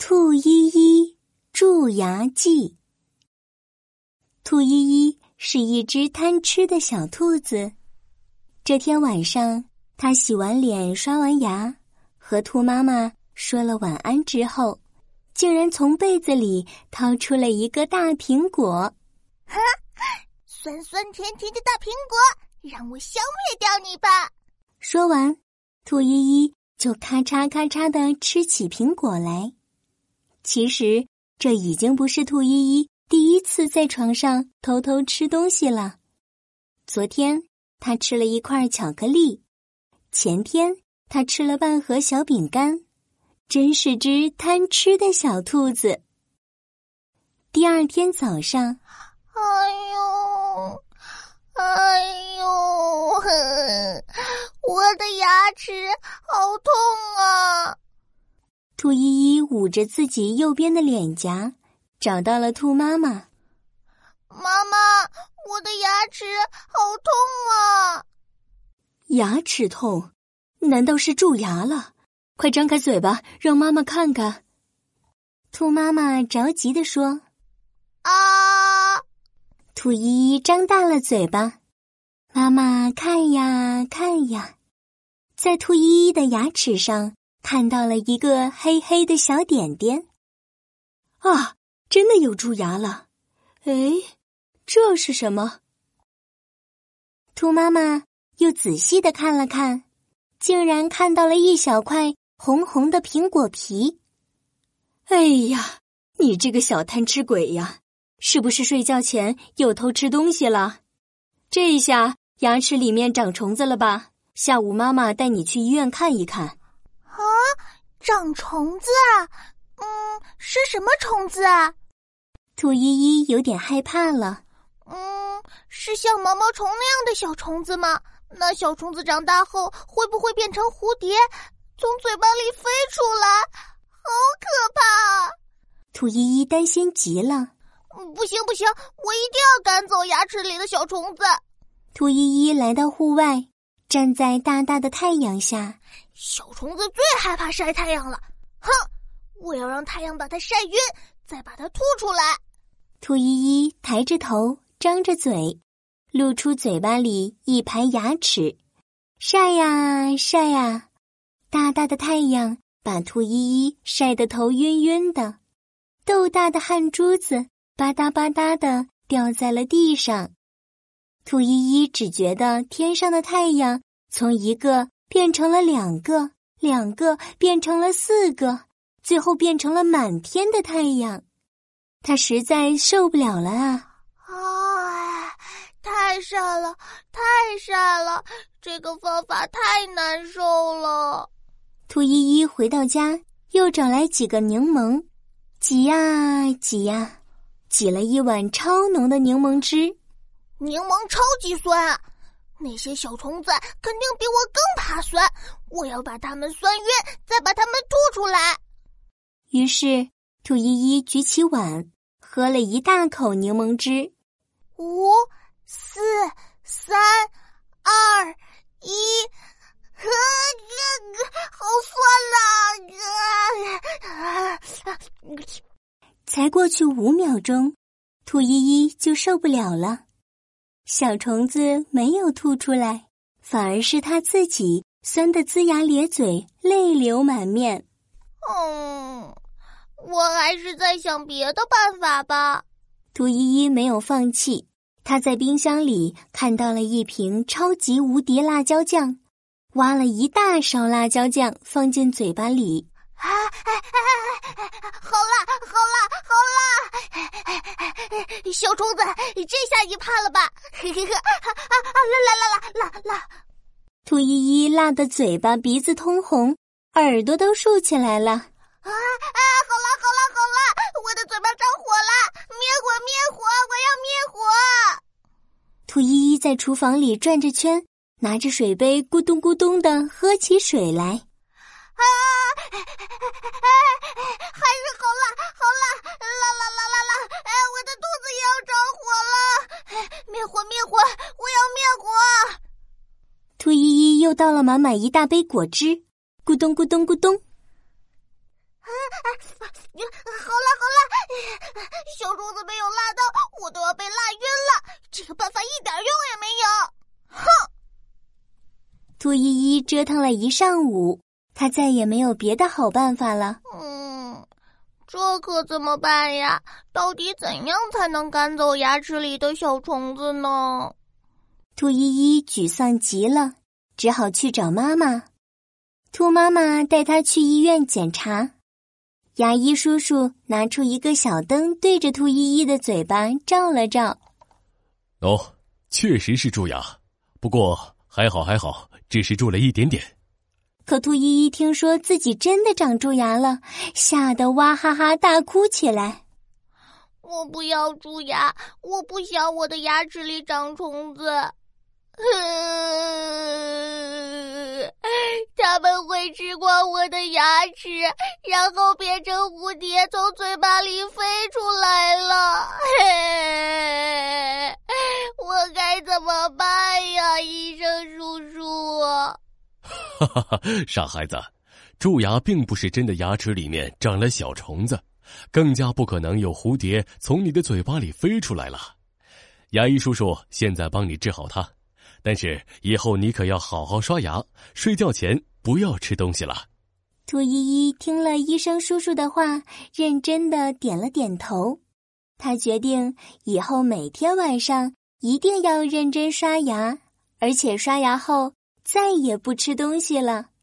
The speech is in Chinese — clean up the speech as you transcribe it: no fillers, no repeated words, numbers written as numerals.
兔依依蛀牙记。兔依依是一只贪吃的小兔子。这天晚上，它洗完脸、刷完牙，和兔妈妈说了晚安之后，竟然从被子里掏出了一个大苹果。 哈，酸酸甜甜的大苹果，让我消灭掉你吧！ 说完，兔依依就咔嚓咔嚓地吃起苹果来。其实，这已经不是兔依依第一次在床上偷偷吃东西了。昨天，她吃了一块巧克力；前天，她吃了半盒小饼干。真是只贪吃的小兔子。第二天早上， 我的牙齿好痛啊！ 兔依依捂着自己右边的脸颊，找到了兔妈妈。 妈妈，我的牙齿好痛啊！ 牙齿痛？难道是蛀牙了？快张开嘴巴，让妈妈看看。兔妈妈着急地说。 啊！ 兔依依张大了嘴巴。妈妈看呀看呀，在兔依依的牙齿上看到了一个黑黑的小点点。啊，真的有蛀牙了。哎，这是什么？兔妈妈又仔细地看了看，竟然看到了一小块红红的苹果皮。哎呀，你这个小贪吃鬼呀，是不是睡觉前又偷吃东西了？这一下牙齿里面长虫子了吧？下午妈妈带你去医院看一看。 啊，长虫子啊？是什么虫子啊？ 兔依依有点害怕了。 是像毛毛虫那样的小虫子吗？那小虫子长大后会不会变成蝴蝶，从嘴巴里飞出来？好可怕！ 兔依依担心极了。 不行，我一定要赶走牙齿里的小虫子。 兔依依来到户外，站在大大的太阳下。 小虫子最害怕晒太阳了，哼！我要让太阳把它晒晕，再把它吐出来。 兔依依抬着头，张着嘴，露出嘴巴里一排牙齿，晒呀晒呀，大大的太阳把兔依依晒得头晕晕的，豆大的汗珠子吧嗒吧嗒的掉在了地上。兔依依只觉得天上的太阳从一个变成了两个，两个变成了4个，最后变成了满天的太阳。她实在受不了了啊！ 太晒了，太晒了，这个方法太难受了。 兔依依回到家，又找来几个柠檬，挤呀挤呀，挤了一碗超浓的柠檬汁。 柠檬超级酸啊！那些小虫子肯定比我更怕酸，我要把它们酸晕，再把它们吐出来。 于是，兔依依举起碗，喝了一大口柠檬汁。 5、4、3、2、1，好酸啊！ 才过去5秒钟，兔依依就受不了了。小虫子没有吐出来，反而是它自己酸得龇牙咧嘴，泪流满面。 我还是在想别的办法吧。 兔依依没有放弃，她在冰箱里看到了一瓶超級無敵辣椒酱，挖了一大勺辣椒酱放进嘴巴里。 好辣！小虫子，这下你怕了吧？辣！ 兔依依辣得嘴巴鼻子通红，耳朵都竖起来了。 好辣！我的嘴巴着火了！灭火！我要灭火！ 兔依依在厨房里转着圈，拿着水杯咕咚咕咚地喝起水来。 还是好辣！我的肚子也要着火了！灭火！我要灭火！ 兔依依又倒了满满一大杯果汁，咕咚咕咚咕咚。 兔依依折腾了一上午，她再也没有别的好办法了。 这可怎么办呀？到底怎样才能赶走牙齿里的小虫子呢？ 兔依依沮丧极了，只好去找妈妈。兔妈妈带她去医院检查，牙医叔叔拿出一个小灯，对着兔依依的嘴巴照了照。 哦，确实是蛀牙，不过还好，只是蛀了一点点。 可兔依依听说自己真的长蛀牙了，吓得哇哈哈大哭起来。 我不要蛀牙，我不想我的牙齿里长虫子。他们会吃光我的牙齿，然后变成蝴蝶从嘴巴里飞出来了。我该怎么办呀，医生叔叔？ 哈哈哈，傻孩子，蛀牙并不是真的牙齿里面长了小虫子，更加不可能有蝴蝶从你的嘴巴里飞出来了。牙医叔叔现在帮你治好它，但是以后你可要好好刷牙，睡觉前不要吃东西了。 兔依依听了医生叔叔的话，认真地点了点头。他决定以后每天晚上一定要认真刷牙，而且刷牙后再也不吃东西了。